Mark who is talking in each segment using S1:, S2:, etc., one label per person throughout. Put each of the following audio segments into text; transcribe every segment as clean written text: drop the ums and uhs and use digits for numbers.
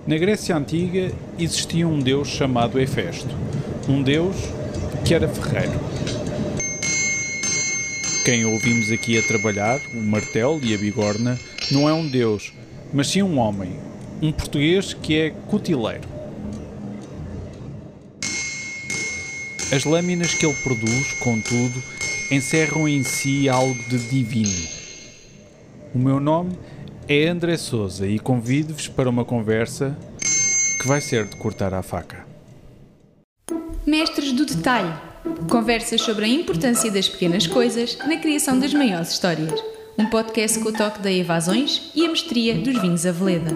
S1: Na Grécia Antiga existia um deus chamado Hefesto, um deus que era ferreiro. Quem ouvimos aqui a trabalhar, o martelo e a bigorna, não é um deus, mas sim um homem, um português que é cutileiro. As lâminas que ele produz, contudo, encerram em si algo de divino. O meu nome é André Sousa e convido-vos para uma conversa que vai ser de cortar à faca.
S2: Mestres do Detalhe. Conversas sobre a importância das pequenas coisas na criação das maiores histórias. Um podcast com o toque da evasões e a mestria dos vinhos Aveleda.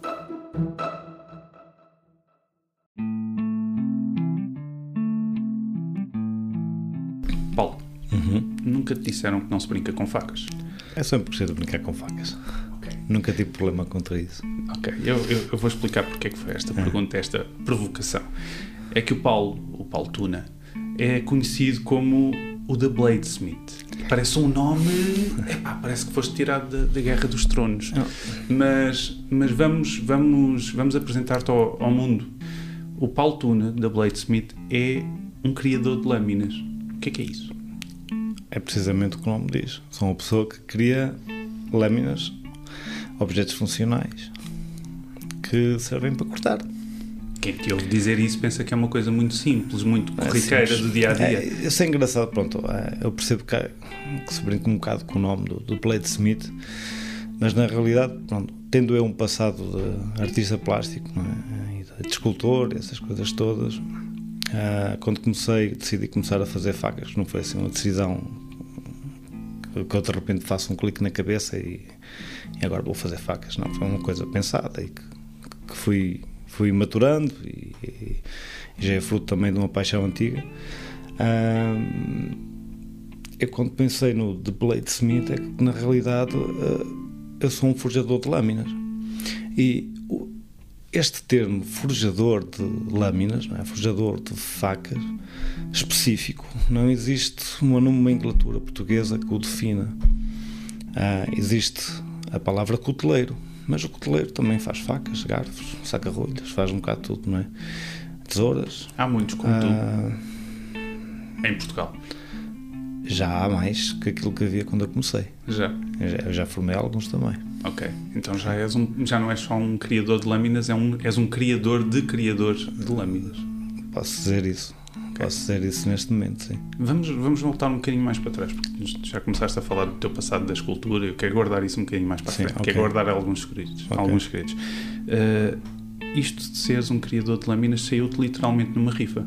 S1: Paulo, nunca te disseram que não se brinca com facas?
S3: É sempre preciso brincar com facas.
S1: Okay.
S3: Nunca tive problema contra isso.
S1: Ok, eu vou explicar porque é que foi esta pergunta, esta provocação. É que o Paulo Tuna, é conhecido como o The Bladesmith. Parece um nome... parece que foste tirado da Guerra dos Tronos. Mas vamos apresentar-te ao mundo. O Paulo Tuna, The Bladesmith, é um criador de lâminas. O que é isso?
S3: É precisamente o que o nome diz. Sou uma pessoa que cria lâminas, objetos funcionais, que servem para cortar.
S1: Quem te ouve dizer isso pensa que é uma coisa muito simples, muito corriqueira do dia-a-dia.
S3: Isso é engraçado, pronto. Eu percebo que se brinca um bocado com o nome do Bladesmith, mas na realidade, pronto, tendo eu um passado de artista plástico, não é? E de escultor, essas coisas todas, quando decidi começar a fazer facas, não foi assim uma decisão que eu de repente faço um clique na cabeça e agora vou fazer facas. Não, foi uma coisa pensada e que fui maturando e já é fruto também de uma paixão antiga. Eu quando pensei no The Bladesmith é que na realidade eu sou um forjador de lâminas e este termo forjador de lâminas, não é? Forjador de facas específico, não existe uma nomenclatura portuguesa que o defina. Existe a palavra cuteleiro, mas o cuteleiro também faz facas, garfos, saca-rolhas, faz um bocado tudo, não é? Tesouras.
S1: Há muitos como tu em Portugal.
S3: Já há mais que aquilo que havia quando eu comecei. Eu já formei alguns também.
S1: Ok, então já não és só um criador de lâminas, és um criador de criadores de lâminas.
S3: Posso dizer isso. Okay. Posso dizer isso neste momento, sim.
S1: Vamos voltar um bocadinho mais para trás, porque já começaste a falar do teu passado da escultura. Eu quero guardar isso um bocadinho mais para a frente. Okay. Quero guardar alguns segredos. Okay. Isto de seres um criador de lâminas saiu-te literalmente numa rifa?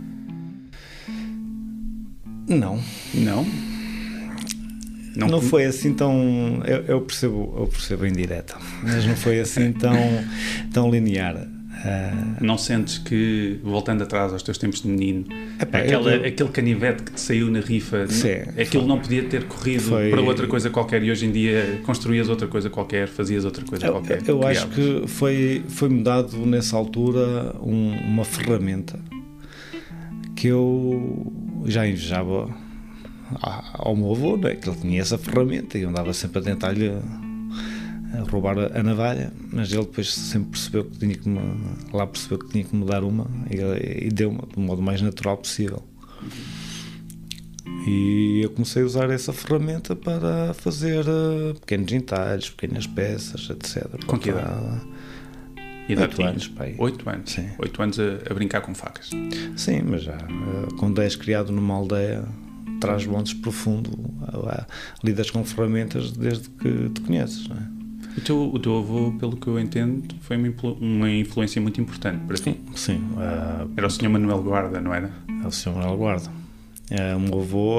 S3: Não. Não foi assim tão... Eu percebo a indireta, mas não foi assim tão linear.
S1: Não sentes que, voltando atrás aos teus tempos de menino, aquele canivete que te saiu na rifa, aquilo não podia ter corrido para outra coisa qualquer e hoje em dia construías outra coisa qualquer, fazias outra coisa qualquer?
S3: Eu acho que foi-me dado nessa altura uma ferramenta que eu já invejava ao meu avô, não é? Que ele tinha essa ferramenta e eu andava sempre a tentar-lhe a roubar a navalha, mas ele depois sempre percebeu que tinha que me dar uma e deu-me do modo mais natural possível. E eu comecei a usar essa ferramenta para fazer pequenos entalhos, pequenas peças, etc.
S1: Com que idade?
S3: 8 anos, pai.
S1: 8 anos?
S3: Sim.
S1: 8 anos a brincar com facas?
S3: Sim, mas já quando és criado numa aldeia traz montes profundo, lidas com ferramentas desde que te conheces, não é?
S1: O teu avô, pelo que eu entendo, foi uma influência muito importante para ti.
S3: Sim.
S1: Era o Sr. Manuel Guarda, não era?
S3: É o Sr. Manuel Guarda. O meu avô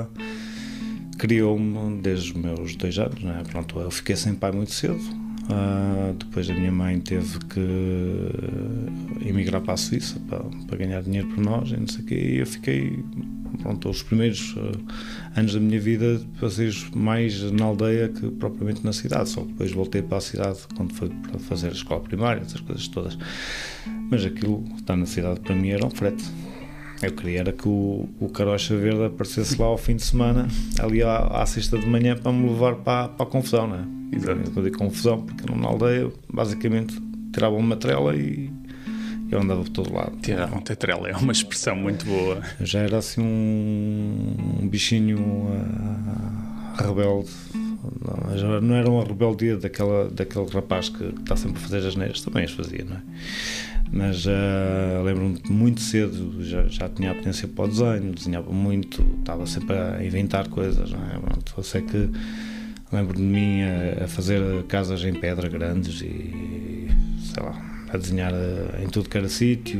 S3: criou-me desde os meus 2 anos, não é? Pronto, eu fiquei sem pai muito cedo. Depois a minha mãe teve que emigrar para a Suíça para ganhar dinheiro por nós e não sei o quê, e eu fiquei, pronto, os primeiros anos da minha vida passei mais na aldeia que propriamente na cidade, só que depois voltei para a cidade quando foi para fazer a escola primária, essas coisas todas, mas aquilo, estar na cidade para mim era um frete. Eu queria era que o carocha verde aparecesse lá ao fim de semana, ali à sexta de manhã, para me levar para a confusão, não é?
S1: Exato.
S3: Eu digo confusão porque na aldeia basicamente tiravam uma trela e eu andava por todo lado.
S1: Tiravam a trela, é uma expressão muito boa.
S3: Eu já era assim um bichinho rebelde. Não era uma rebeldia daquele rapaz que está sempre a fazer as neiras, também as fazia, não é? Mas lembro-me muito cedo, já tinha a potência para o desenho, desenhava muito, estava sempre a inventar coisas, não é? Pronto, eu sei que lembro de mim a fazer casas em pedra grandes e, sei lá, a desenhar em tudo que era sítio,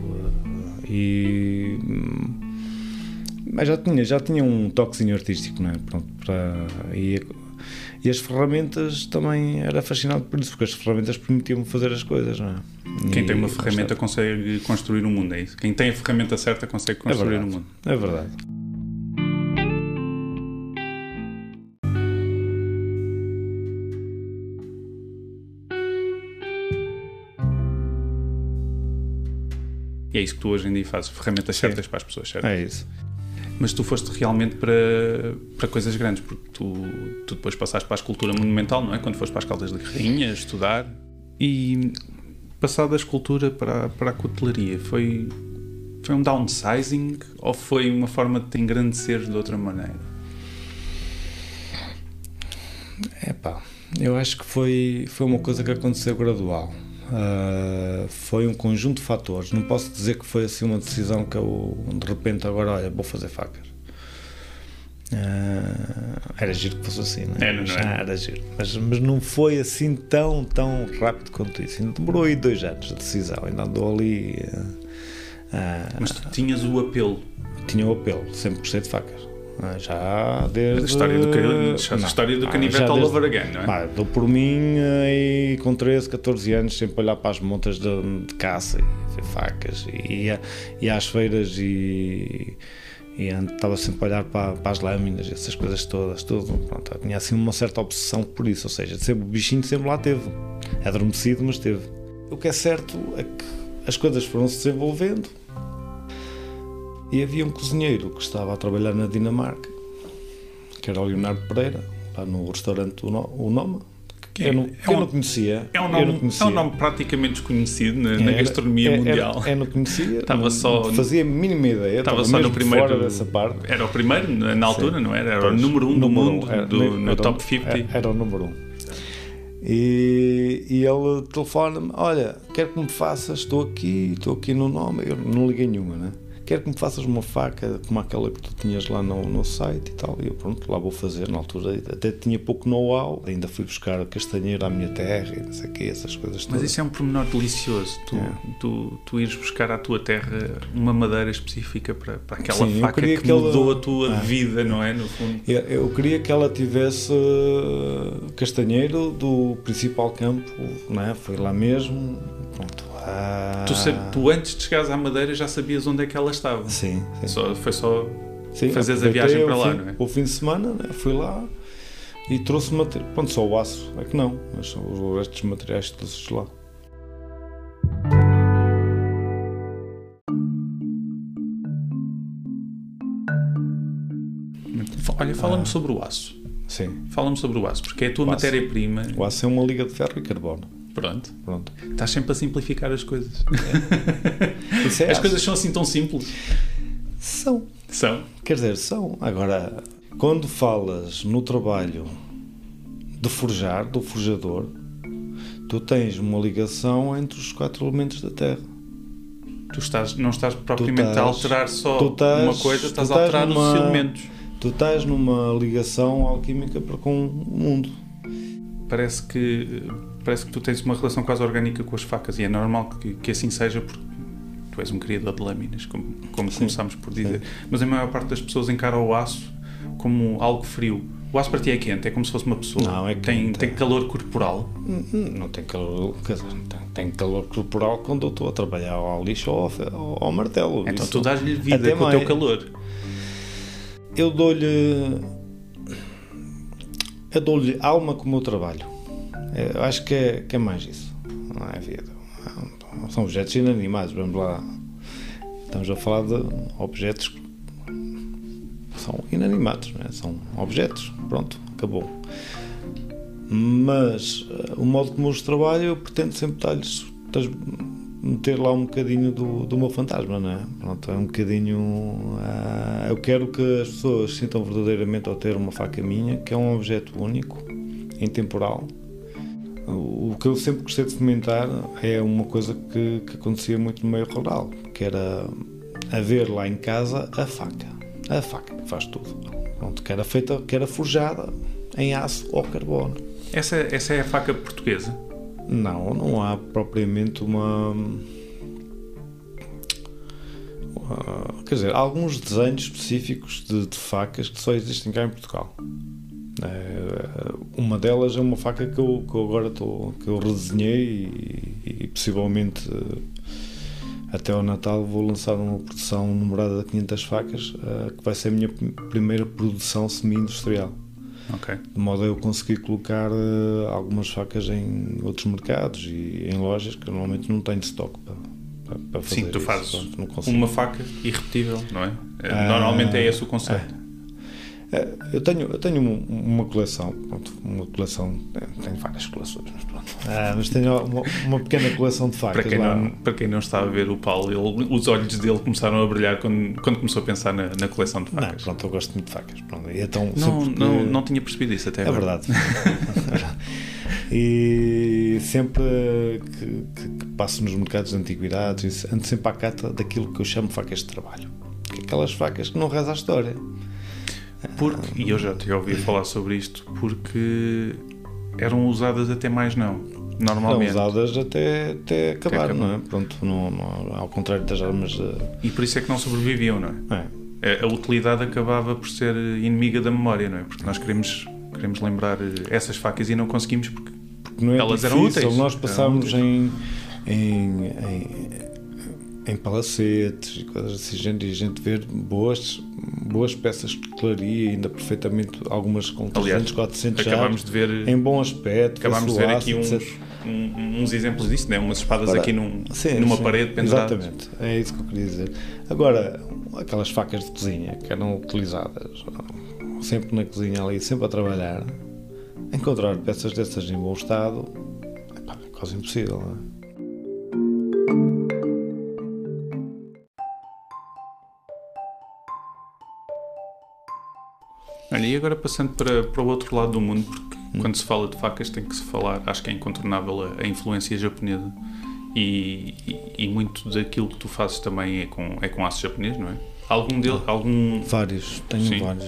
S3: mas já tinha um toquezinho artístico, não é? Pronto, e as ferramentas também era fascinado por isso, porque as ferramentas permitiam-me fazer as coisas, não é?
S1: Quem tem uma ferramenta consegue construir o mundo, é isso? Quem tem a ferramenta certa consegue construir o mundo.
S3: É verdade.
S1: E é isso que tu hoje em dia fazes, ferramentas certas para as pessoas certas.
S3: É isso.
S1: Mas tu foste realmente para coisas grandes, porque tu depois passaste para a escultura monumental, não é? Quando foste para as Caldas da Rainha estudar. E passar da escultura para a cutelaria, foi um downsizing ou foi uma forma de te engrandecer de outra maneira?
S3: Eu acho que foi uma coisa que aconteceu gradual. Foi um conjunto de fatores. Não posso dizer que foi assim uma decisão que eu de repente agora, olha, vou fazer facas. Era giro que fosse assim, não é? Era giro, mas não foi assim tão rápido quanto isso. Ainda demorou aí 2 anos a decisão, ainda andou ali.
S1: Mas tu tinhas o apelo?
S3: Tinha o apelo, sempre gostei de facas. Já desde...
S1: A história do canivete all over again, não é?
S3: Dou por mim aí com 13, 14 anos sempre a olhar para as montas de caça e ver facas e às feiras e estava sempre a olhar para as lâminas, essas coisas todas, tudo. Pronto, eu tinha assim uma certa obsessão por isso, ou seja, sempre, o bichinho sempre lá teve, adormecido, mas teve. O que é certo é que as coisas foram se desenvolvendo. E havia um cozinheiro que estava a trabalhar na Dinamarca, que era o Leonardo Pereira, lá no restaurante O Noma, que eu não conhecia.
S1: É um nome praticamente desconhecido na gastronomia mundial.
S3: Eu não conhecia,
S1: fazia
S3: a mínima ideia.
S1: Estava só no primeiro,
S3: fora dessa parte.
S1: Era o primeiro na altura, não era? Era o número 1 do mundo, no top 50.
S3: Era o número 1. E ele telefona-me, olha, quero que me faças, estou aqui no Noma, eu não liguei nenhuma, né? Quero que me faças uma faca como aquela que tu tinhas lá no site e tal. E eu, pronto, lá vou fazer. Na altura até tinha pouco know-how, ainda fui buscar castanheiro à minha terra e não sei o quê, essas coisas todas.
S1: Mas isso é um pormenor delicioso, tu ires buscar à tua terra uma madeira específica para aquela faca que mudou a tua vida, não é? No fundo.
S3: Eu queria que ela tivesse castanheiro do principal campo, não é? Foi lá mesmo, pronto.
S1: Tu antes de chegares à madeira já sabias onde é que ela estava.
S3: Sim.
S1: Foi só fazeres a viagem para lá, não é?
S3: O fim de semana, né, fui lá e trouxe material. Pronto, só o aço, é que não, mas são os restos de materiais todos lá.
S1: Olha, fala-me sobre o aço.
S3: Sim.
S1: Fala-me sobre o aço, porque é a tua matéria-prima.
S3: O aço é uma liga de ferro e carbono.
S1: Pronto. Estás sempre a simplificar as coisas.
S3: As
S1: coisas são assim tão simples?
S3: São. Quer dizer, são. Agora, quando falas no trabalho de forjar, do forjador, tu tens uma ligação entre os 4 elementos da Terra.
S1: Não estás propriamente a alterar só uma coisa, estás a alterar os elementos.
S3: Tu estás numa ligação alquímica para com o mundo.
S1: Parece que tu tens uma relação quase orgânica com as facas e é normal que assim seja porque tu és um criador de lâminas, como começámos por dizer. Mas a maior parte das pessoas encara o aço como algo frio. O aço para ti é quente, é como se fosse uma pessoa.
S3: Não, é quente.
S1: Tem calor corporal?
S3: Não tem calor, tem calor corporal quando eu estou a trabalhar ao lixo ou ao martelo.
S1: Então tu dás-lhe vida com o teu calor.
S3: Eu dou-lhe alma com o meu trabalho. Eu acho que é mais isso. Não é vida. São objetos inanimados. Vamos lá. Estamos a falar de objetos que são inanimados, não é? São objetos. Pronto, acabou. mas o modo como eu trabalho, eu pretendo sempre meter lá um bocadinho do meu fantasma, não é? Pronto, é um bocadinho... eu quero que as pessoas sintam verdadeiramente ao ter uma faca minha, que é um objeto único, intemporal. O que eu sempre gostei de fomentar é uma coisa que acontecia muito no meio rural, que era haver lá em casa a faca que faz tudo. Pronto, que era forjada em aço ou carbono.
S1: Essa é a faca portuguesa?
S3: Não há propriamente quer dizer, há alguns desenhos específicos de facas que só existem cá em Portugal. Uma delas é uma faca que eu agora que eu redesenhei e possivelmente até ao Natal vou lançar uma produção numerada de 500 facas, que vai ser a minha primeira produção semi-industrial.
S1: Okay.
S3: De modo a eu conseguir colocar algumas facas em outros mercados e em lojas que normalmente não tenho stock para fazer.
S1: Sim, tu
S3: isso.
S1: fazes
S3: Pronto,
S1: uma faca irrepetível, não é? Normalmente é esse o conceito.
S3: Eu tenho uma coleção, tenho várias coleções, mas pronto. Mas tenho uma pequena coleção de facas.
S1: Para quem não está a ver o Paulo, os olhos dele começaram a brilhar quando começou a pensar na coleção de facas.
S3: Pronto, eu gosto muito de facas. Pronto, e então,
S1: não tinha percebido isso até agora.
S3: É verdade. E sempre que passo nos mercados de antiguidades, ando sempre à cata daquilo que eu chamo de facas de trabalho. Aquelas facas que não reza a história.
S1: E eu já te ouvi falar sobre isto, porque eram usadas até mais normalmente.
S3: Eram usadas até acabar, não é? Pronto, ao contrário das armas...
S1: E por isso é que não sobreviviam, não é? A utilidade acabava por ser inimiga da memória, não é? Porque nós queremos lembrar essas facas e não conseguimos porque
S3: não é
S1: elas
S3: difícil.
S1: eram úteis.
S3: Nós passámos em palacetes e coisas assim, e a gente ver boas peças de cutelaria, ainda perfeitamente algumas com 300, 400
S1: acabámos de ver
S3: em bom aspecto.
S1: Acabámos de ver aqui uns exemplos disso, né? Umas espadas aqui numa parede penduradas.
S3: Exatamente, é isso que eu queria dizer. Agora, aquelas facas de cozinha que eram utilizadas sempre na cozinha ali, sempre a trabalhar, encontrar peças dessas em bom estado é quase impossível, não é?
S1: Olha, e agora passando para o outro lado do mundo, porque quando se fala de facas tem que se falar, acho que é incontornável a influência japonesa e muito daquilo que tu fazes também é com aço japonês, não é?
S3: Vários, tenho vários.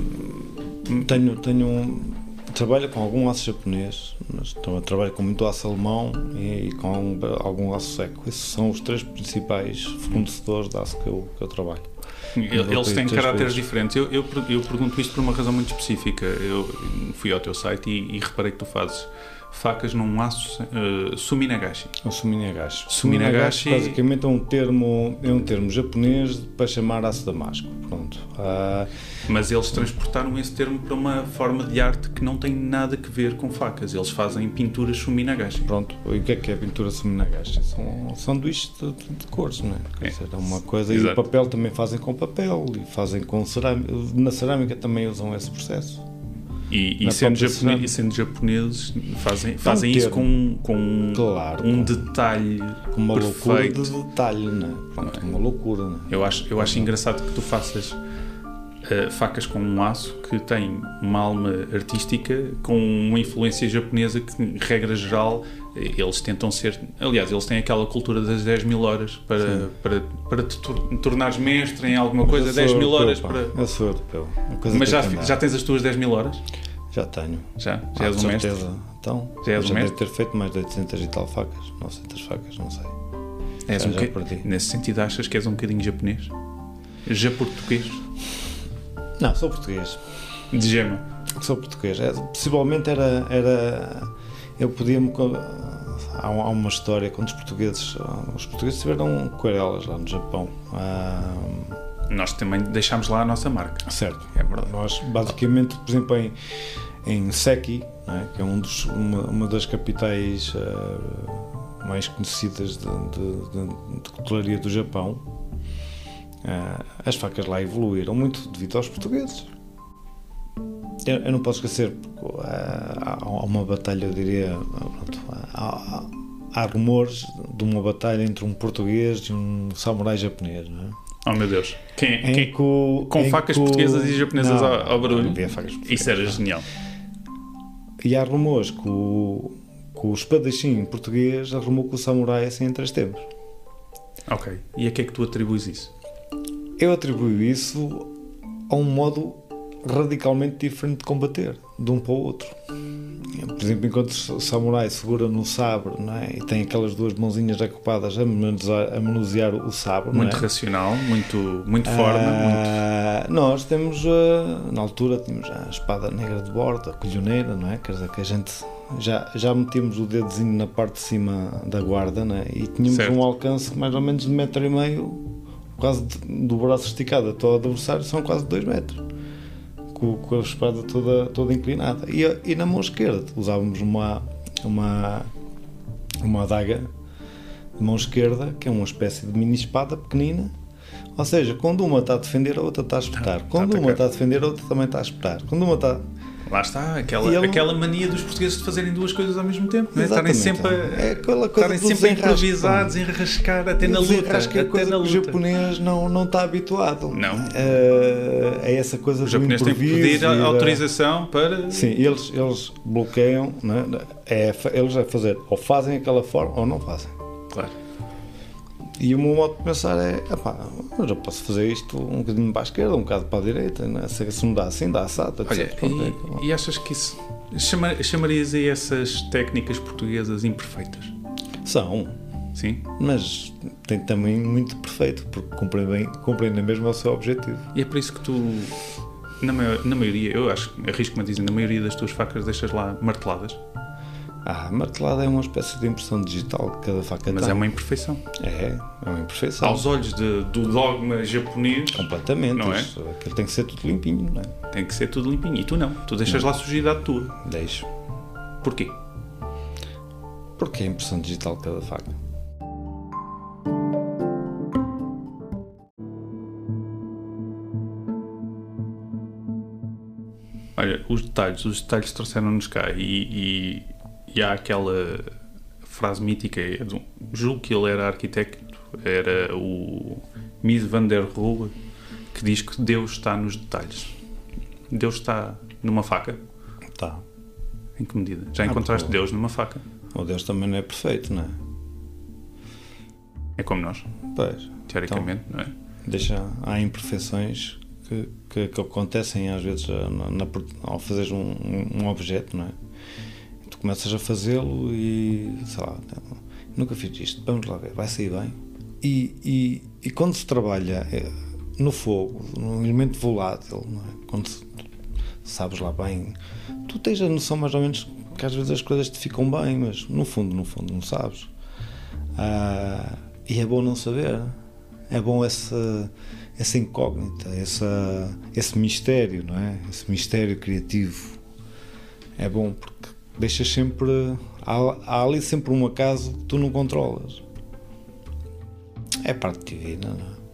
S3: Trabalho com algum aço japonês, mas trabalho com muito aço alemão e com algum aço seco. Esses são os 3 principais fornecedores de aço que eu trabalho.
S1: Eles têm caráteres diferentes. Eu pergunto isto por uma razão muito específica. Eu fui ao teu site e reparei que tu fazes facas num aço Suminagashi.
S3: O Suminagashi basicamente é um termo japonês para chamar aço damasco. Pronto.
S1: Mas eles transportaram esse termo para uma forma de arte que não tem nada a ver com facas. Eles fazem pinturas Suminagashi.
S3: Pronto. E o que é a pintura Suminagashi? São sanduíches de cores, não é? Quer dizer, é uma coisa. Exato. E o papel também fazem com papel e fazem com cerâmica. Na cerâmica também usam esse processo.
S1: E sendo japoneses fazem isso com um detalhe
S3: com uma
S1: perfeito.
S3: Loucura de detalhe, não é? Pronto, uma loucura, não é?
S1: Eu acho engraçado que tu faças facas com um aço que tem uma alma artística com uma influência japonesa que, regra geral, eles tentam ser... Aliás, eles têm aquela cultura das 10 mil horas para te tornares mestre em alguma coisa. 10 mil horas para...
S3: Eu sou europeu.
S1: Mas já tens as tuas 10 mil horas?
S3: Já tenho.
S1: Já és um mestre?
S3: Então, já deve ter feito mais de 800 e tal facas. 900 facas, não sei.
S1: Nesse sentido, achas que és um bocadinho japonês? Português?
S3: Não, sou português.
S1: De gema?
S3: Sou português. Possivelmente era eu podia-me... Há uma história quando os portugueses tiveram aquarelas lá no Japão.
S1: Nós também deixámos lá a nossa marca.
S3: Certo.
S1: É verdade.
S3: Nós, basicamente, por exemplo, em Seki, não é? Que é uma das capitais mais conhecidas de cutelaria do Japão, as facas lá evoluíram muito devido aos portugueses. eu não posso esquecer, porque há uma batalha, eu diria, pronto, há rumores de uma batalha entre um português e um samurai japonês, não é?
S1: Oh meu Deus, com facas portuguesas e japonesas ao barulho. Isso era genial.
S3: E há rumores que o espadachim português arrumou com o samurai assim em 3 tempos.
S1: Ok, e a que é que tu atribuis isso?
S3: Eu atribuo isso a um modo radicalmente diferente de combater, de um para o outro. Por exemplo, enquanto o samurai segura no sabre, não é? E tem aquelas 2 mãozinhas ocupadas a manusear o sabre,
S1: muito
S3: não é?
S1: Racional, muito forma.
S3: Nós temos, na altura, tínhamos a espada negra de bordo, a colhoneira, não é? Quer dizer, que a gente já metíamos o dedozinho na parte de cima da guarda, não é? E tínhamos um alcance mais ou menos de 1,5 metro, quase do braço esticado até o adversário, são quase 2 metros. Com a espada toda inclinada. E na mão esquerda usávamos uma adaga de mão esquerda, que é uma espécie de mini espada pequenina. Ou seja, quando uma está a defender, a outra está a espetar. Quando uma está a defender, a outra também está a espetar. Quando uma está...
S1: Lá está, aquela mania dos portugueses de fazerem 2 coisas ao mesmo tempo, não é? Estarem sempre a improvisar, desenrascar, até na luta.
S3: Acho que é a coisa que o japonês não está habituado.
S1: Não.
S3: É essa coisa
S1: do improviso. Os japoneses têm que pedir a autorização para...
S3: Sim, eles bloqueiam, não é? Eles fazer, ou fazem aquela forma ou não fazem.
S1: Claro.
S3: E o meu modo de pensar é, eu já posso fazer isto um bocadinho para a esquerda, um bocado para a direita, não é? Se não dá assim, dá assado.
S1: Olha, e achas que isso... Chamarias aí essas técnicas portuguesas imperfeitas?
S3: São.
S1: Sim?
S3: Mas tem também muito perfeito, porque compreendem mesmo o seu objetivo.
S1: E é por isso que tu, na maioria, eu acho, arrisco-me a dizer, na maioria das tuas facas deixas lá marteladas?
S3: Martelada é uma espécie de impressão digital que cada faca tem.
S1: Mas é uma imperfeição.
S3: É uma imperfeição.
S1: Aos olhos do dogma japonês.
S3: Completamente.
S1: Não é?
S3: Aquilo tem que ser tudo limpinho, não é?
S1: Tem que ser tudo limpinho. E tu não. Tu deixas lá a sujidade tua.
S3: Deixo.
S1: Porquê?
S3: Porque é a impressão digital de cada faca.
S1: Olha, os detalhes trouxeram-nos cá e há aquela frase mítica, julgo que ele era arquiteto, era o Mies van der Rohe, que diz que Deus está nos detalhes. Deus está numa faca?
S3: Está.
S1: Em que medida? Já encontraste Deus numa faca?
S3: O Deus também não é perfeito, não é?
S1: É como nós?
S3: Pois.
S1: Teoricamente, então, não é?
S3: Há imperfeições que acontecem às vezes ao fazeres um objeto, não é? Tu começas a fazê-lo e, sei lá, nunca fiz isto, vamos lá ver, vai sair bem. E quando se trabalha no fogo, num elemento volátil, não é? Quando sabes lá bem, tu tens a noção mais ou menos que às vezes as coisas te ficam bem, mas no fundo não sabes. E é bom não saber, é bom essa incógnita, esse mistério, não é? Esse mistério criativo. É bom porque deixas sempre... Há ali sempre um acaso que tu não controlas. É parte divina, não é?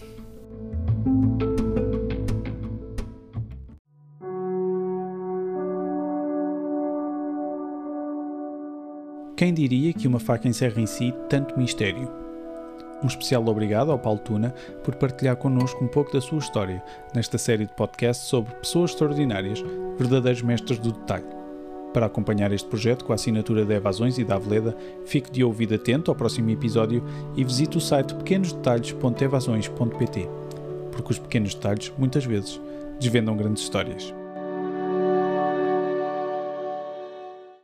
S1: Quem diria que uma faca encerra em si tanto mistério? Um especial obrigado ao Paulo Tuna por partilhar connosco um pouco da sua história nesta série de podcasts sobre pessoas extraordinárias, verdadeiros mestres do detalhe. Para acompanhar este projeto com a assinatura da Evasões e da Aveleda, fique de ouvido atento ao próximo episódio e visite o site pequenosdetalhes.evasões.pt, porque os pequenos detalhes, muitas vezes, desvendam grandes histórias.